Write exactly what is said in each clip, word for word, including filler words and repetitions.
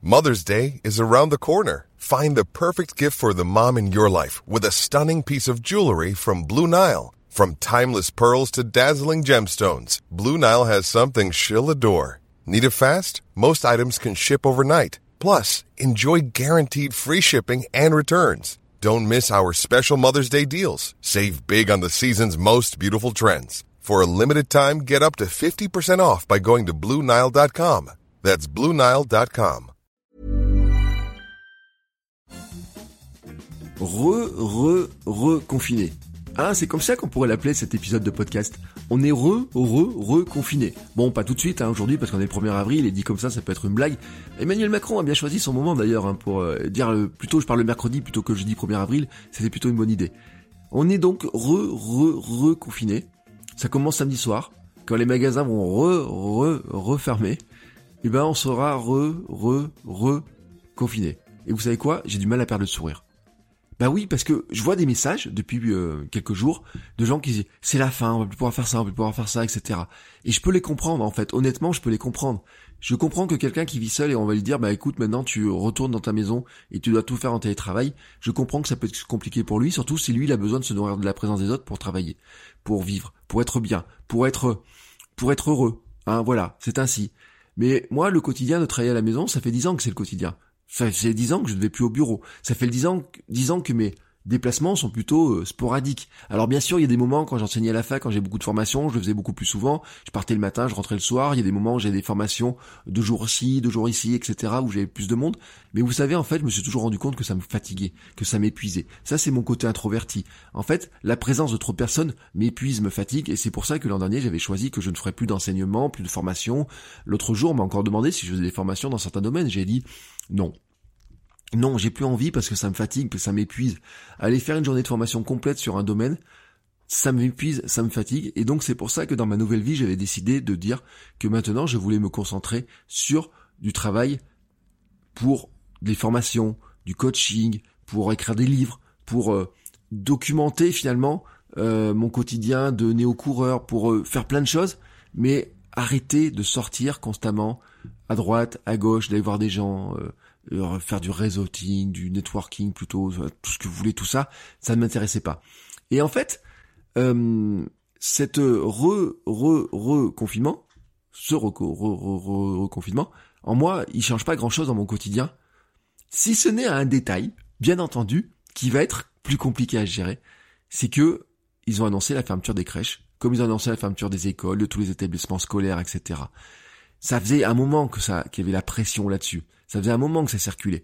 Mother's Day is around the corner. Find the perfect gift for the mom in your life with a stunning piece of jewelry from Blue Nile. From timeless pearls to dazzling gemstones, Blue Nile has something she'll adore. Need it fast? Most items can ship overnight. Plus, enjoy guaranteed free shipping and returns. Don't miss our special Mother's Day deals. Save big on the season's most beautiful trends. For a limited time, get up to fifty percent off by going to Blue Nile dot com. That's Blue Nile dot com. Re, re, reconfiné. Ah, c'est comme ça qu'on pourrait l'appeler cet épisode de podcast. On est re, re, reconfiné. Bon, pas tout de suite, hein, aujourd'hui, parce qu'on est le premier avril, et dit comme ça, ça peut être une blague. Emmanuel Macron a bien choisi son moment d'ailleurs, hein, pour euh, dire, euh, plutôt je parle le mercredi plutôt que jeudi premier avril, c'était plutôt une bonne idée. On est donc re, re, reconfiné. Ça commence samedi soir, quand les magasins vont re, re, refermer, et ben on sera re, re, reconfiné. Et vous savez quoi? J'ai du mal à perdre le sourire. Bah oui, parce que je vois des messages depuis euh, quelques jours de gens qui disent c'est la fin, on va plus pouvoir faire ça, on va plus pouvoir faire ça, et cetera. Et je peux les comprendre en fait. Honnêtement, je peux les comprendre. Je comprends que quelqu'un qui vit seul et on va lui dire bah écoute maintenant tu retournes dans ta maison et tu dois tout faire en télétravail. Je comprends que ça peut être compliqué pour lui, surtout si lui il a besoin de se nourrir de la présence des autres pour travailler, pour vivre, pour être bien, pour être pour être heureux. Hein, voilà, c'est ainsi. Mais moi, le quotidien de travailler à la maison, ça fait dix ans que c'est le quotidien. Ça fait dix ans que je ne vais plus au bureau. Ça fait dix ans, dix ans que mes déplacements sont plutôt euh, sporadiques. Alors bien sûr, il y a des moments quand j'enseignais à la fac, quand j'ai beaucoup de formations, je le faisais beaucoup plus souvent. Je partais le matin, je rentrais le soir. Il y a des moments où j'ai des formations deux jours ici, deux jours ici, et cetera, où j'avais plus de monde. Mais vous savez, en fait, je me suis toujours rendu compte que ça me fatiguait, que ça m'épuisait. Ça, c'est mon côté introverti. En fait, la présence de trop de personnes m'épuise, me fatigue, et c'est pour ça que l'an dernier, j'avais choisi que je ne ferais plus d'enseignement, plus de formation. L'autre jour, on m'a encore demandé si je faisais des formations dans certains domaines. J'ai dit non. Non, j'ai plus envie parce que ça me fatigue, que ça m'épuise. Aller faire une journée de formation complète sur un domaine, ça m'épuise, ça me fatigue. Et donc c'est pour ça que dans ma nouvelle vie, j'avais décidé de dire que maintenant, je voulais me concentrer sur du travail pour des formations, du coaching, pour écrire des livres, pour euh, documenter finalement euh, mon quotidien de néo-coureur, pour euh, faire plein de choses, mais arrêter de sortir constamment à droite, à gauche, d'aller voir des gens... Euh, Euh, faire du réseauting, du networking plutôt, tout ce que vous voulez, tout ça, ça ne m'intéressait pas. Et en fait, euh, cette re, re, re-confinement, ce re-confinement, en moi, il change pas grand-chose dans mon quotidien, si ce n'est à un détail, bien entendu, qui va être plus compliqué à gérer, c'est que ils ont annoncé la fermeture des crèches, comme ils ont annoncé la fermeture des écoles, de tous les établissements scolaires, et cetera. Ça faisait un moment que ça, qu'il y avait la pression là-dessus. Ça faisait un moment que ça circulait.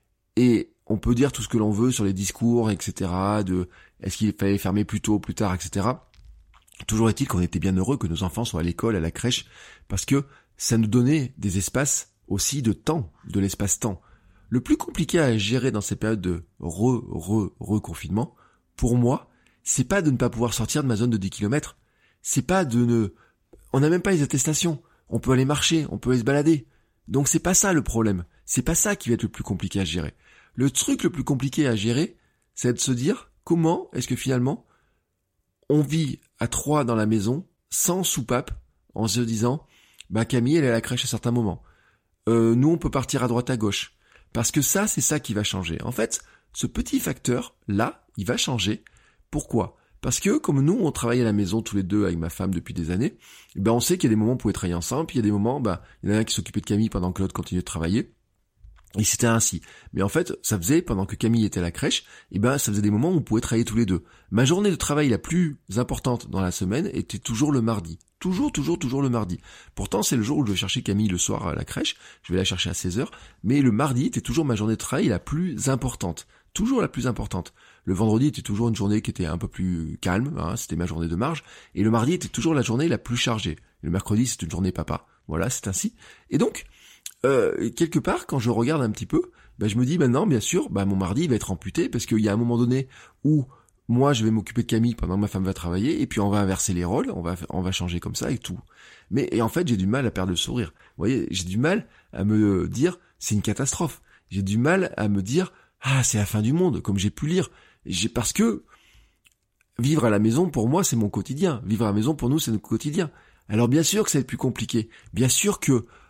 Et on peut dire tout ce que l'on veut sur les discours, et cetera, de est-ce qu'il fallait fermer plus tôt, plus tard, et cetera. Toujours est-il qu'on était bien heureux que nos enfants soient à l'école, à la crèche, parce que ça nous donnait des espaces aussi de temps, de l'espace-temps. Le plus compliqué à gérer dans ces périodes de re, re, reconfinement, pour moi, c'est pas de ne pas pouvoir sortir de ma zone de dix kilomètres. C'est pas de ne... On n'a même pas les attestations. On peut aller marcher, on peut aller se balader. Donc c'est pas ça le problème. C'est pas ça qui va être le plus compliqué à gérer. Le truc le plus compliqué à gérer, c'est de se dire comment est-ce que finalement on vit à trois dans la maison sans soupape en se disant bah Camille elle est à la crèche à certains moments. Euh, nous on peut partir à droite à gauche. Parce que ça c'est ça qui va changer. En fait, ce petit facteur là, il va changer. Pourquoi ? Parce que comme nous, on travaille à la maison tous les deux avec ma femme depuis des années, ben on sait qu'il y a des moments où on pouvait travailler ensemble, puis il y a des moments, ben il y en a un qui s'occupait de Camille pendant que l'autre continuait de travailler. Et c'était ainsi. Mais en fait, ça faisait, pendant que Camille était à la crèche, et ben ça faisait des moments où on pouvait travailler tous les deux. Ma journée de travail la plus importante dans la semaine était toujours le mardi. Toujours, toujours, toujours le mardi. Pourtant, c'est le jour où je vais chercher Camille le soir à la crèche. Je vais la chercher à seize heures. Mais le mardi était toujours ma journée de travail la plus importante. Toujours la plus importante. Le vendredi était toujours une journée qui était un peu plus calme, hein, c'était ma journée de marge, et le mardi était toujours la journée la plus chargée. Le mercredi, c'était une journée papa. Voilà, c'est ainsi. Et donc, euh, quelque part, quand je regarde un petit peu, ben, je me dis maintenant, bien sûr, ben, mon mardi va être amputé, parce qu'il y a un moment donné où moi, je vais m'occuper de Camille pendant que ma femme va travailler, et puis on va inverser les rôles, on va, on va changer comme ça et tout. Mais, et en fait, j'ai du mal à perdre le sourire. Vous voyez, j'ai du mal à me dire, c'est une catastrophe. J'ai du mal à me dire, ah, c'est la fin du monde, comme j'ai pu lire. J'ai, parce que vivre à la maison, pour moi, c'est mon quotidien. Vivre à la maison, pour nous, c'est notre quotidien. Alors bien sûr que ça va être plus compliqué. Bien sûr que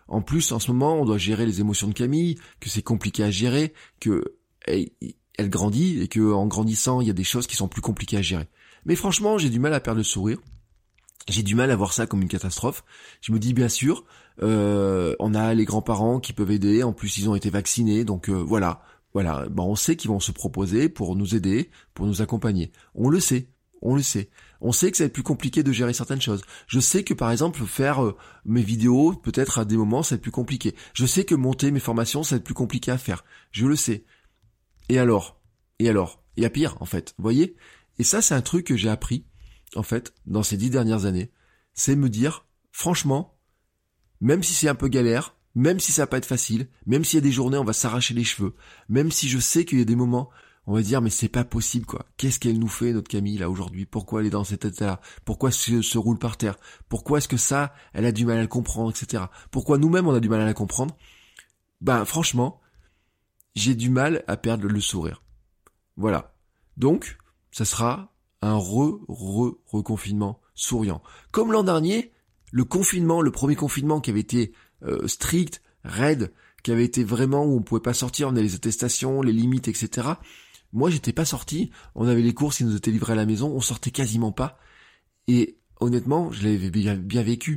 en plus, en ce moment, on doit gérer les émotions de Camille, que c'est compliqué à gérer, que elle, elle grandit et que en grandissant, il y a des choses qui sont plus compliquées à gérer. Mais franchement, j'ai du mal à perdre le sourire. J'ai du mal à voir ça comme une catastrophe. Je me dis bien sûr, euh, on a les grands-parents qui peuvent aider. En plus, ils ont été vaccinés, donc euh, voilà, voilà. Ben, on sait qu'ils vont se proposer pour nous aider, pour nous accompagner. On le sait, on le sait. On sait que ça va être plus compliqué de gérer certaines choses. Je sais que par exemple faire euh, mes vidéos, peut-être à des moments, ça va être plus compliqué. Je sais que monter mes formations, ça va être plus compliqué à faire. Je le sais. Et alors ? Et alors ? Il y a pire, en fait. Vous voyez ? Et ça, c'est un truc que j'ai appris, en fait, dans ces dix dernières années. C'est me dire, franchement, même si c'est un peu galère, même si ça va pas être facile, même s'il y a des journées, on va s'arracher les cheveux, même si je sais qu'il y a des moments, on va dire, mais c'est pas possible, quoi. Qu'est-ce qu'elle nous fait, notre Camille, là, aujourd'hui? Pourquoi elle est dans cet état-là? Pourquoi elle se roule par terre? Pourquoi est-ce que ça, elle a du mal à le comprendre, et cetera. Pourquoi nous-mêmes, on a du mal à la comprendre? Ben, franchement, j'ai du mal à perdre le sourire. Voilà. Donc, ça sera un re, re, reconfinement souriant. Comme l'an dernier, le confinement, le premier confinement qui avait été euh, strict, raide, qui avait été vraiment où on pouvait pas sortir, on avait les attestations, les limites, et cetera. Moi, j'étais pas sorti, on avait les courses qui nous étaient livrées à la maison, on sortait quasiment pas. Et honnêtement, je l'avais bien, bien vécu.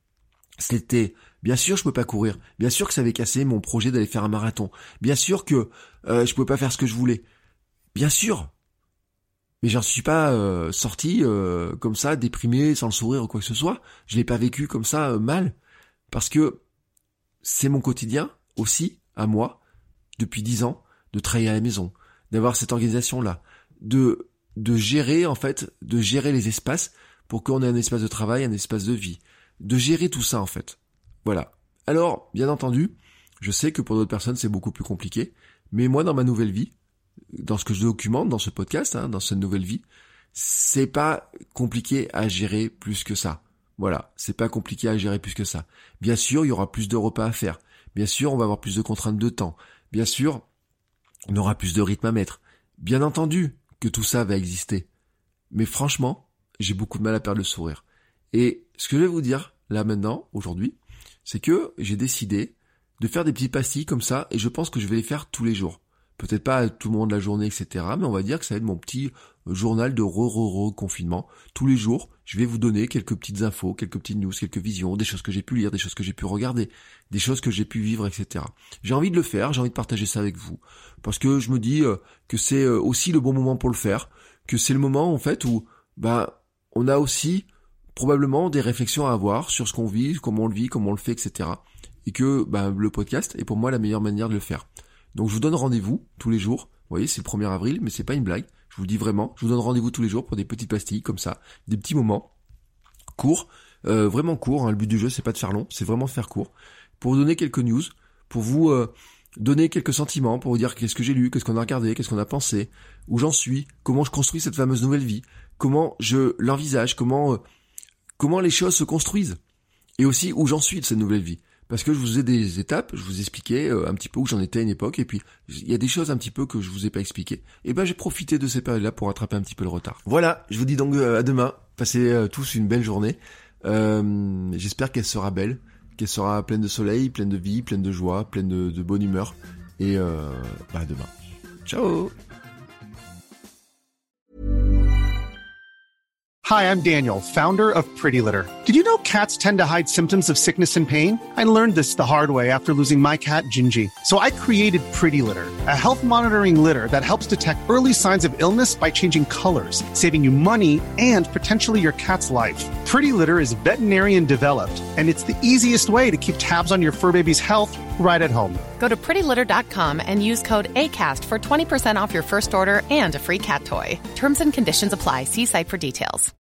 C'était, bien sûr, je peux pas courir. Bien sûr que ça avait cassé mon projet d'aller faire un marathon. Bien sûr que euh, je pouvais pas faire ce que je voulais. Bien sûr. Mais j'en suis pas euh, sorti euh, comme ça, déprimé, sans le sourire ou quoi que ce soit. Je l'ai pas vécu comme ça euh, mal. Parce que c'est mon quotidien aussi, à moi, depuis dix ans, de travailler à la maison, d'avoir cette organisation-là, de de gérer, en fait, de gérer les espaces pour qu'on ait un espace de travail, un espace de vie. De gérer tout ça, en fait. Voilà. Alors, bien entendu, je sais que pour d'autres personnes, c'est beaucoup plus compliqué. Mais moi, dans ma nouvelle vie, dans ce que je documente, dans ce podcast, hein, dans cette nouvelle vie, c'est pas compliqué à gérer plus que ça. Voilà. C'est pas compliqué à gérer plus que ça. Bien sûr, il y aura plus de repas à faire. Bien sûr, on va avoir plus de contraintes de temps. Bien sûr, on aura plus de rythme à mettre. Bien entendu que tout ça va exister. Mais franchement, j'ai beaucoup de mal à perdre le sourire. Et ce que je vais vous dire, là maintenant, aujourd'hui, c'est que j'ai décidé de faire des petites pastilles comme ça, et je pense que je vais les faire tous les jours. Peut-être pas à tout le moment de la journée, et cetera, mais on va dire que ça va être mon petit journal de re-re-re-confinement. Tous les jours, je vais vous donner quelques petites infos, quelques petites news, quelques visions, des choses que j'ai pu lire, des choses que j'ai pu regarder, des choses que j'ai pu vivre, et cetera. J'ai envie de le faire, j'ai envie de partager ça avec vous, parce que je me dis que c'est aussi le bon moment pour le faire, que c'est le moment, en fait, où bah on a aussi probablement des réflexions à avoir sur ce qu'on vit, comment on le vit, comment on le fait, et cetera. Et que bah, le podcast est pour moi la meilleure manière de le faire. Donc je vous donne rendez-vous tous les jours. Vous voyez, c'est le premier avril, mais c'est pas une blague. Je vous le dis vraiment. Je vous donne rendez-vous tous les jours pour des petites pastilles comme ça, des petits moments courts, euh, vraiment courts. Hein. Le but du jeu, c'est pas de faire long, c'est vraiment de faire court. Pour vous donner quelques news, pour vous euh, donner quelques sentiments, pour vous dire qu'est-ce que j'ai lu, qu'est-ce qu'on a regardé, qu'est-ce qu'on a pensé, où j'en suis, comment je construis cette fameuse nouvelle vie, comment je l'envisage, comment euh, comment les choses se construisent, et aussi où j'en suis de cette nouvelle vie. Parce que je vous faisais des étapes, je vous expliquais un petit peu où j'en étais à une époque, et puis il y a des choses un petit peu que je vous ai pas expliquées. Et ben j'ai profité de ces périodes-là pour rattraper un petit peu le retard. Voilà, je vous dis donc à demain. Passez tous une belle journée. Euh, j'espère qu'elle sera belle, qu'elle sera pleine de soleil, pleine de vie, pleine de joie, pleine de, de bonne humeur. Et euh, bah à demain. Ciao. Hi, I'm Daniel, founder of Pretty Litter. Did you know cats tend to hide symptoms of sickness and pain? I learned this the hard way after losing my cat, Gingy. So I created Pretty Litter, a health monitoring litter that helps detect early signs of illness by changing colors, saving you money and potentially your cat's life. Pretty Litter is veterinarian developed, and it's the easiest way to keep tabs on your fur baby's health right at home. Go to pretty litter dot com and use code ACAST for twenty percent off your first order and a free cat toy. Terms and conditions apply. See site for details.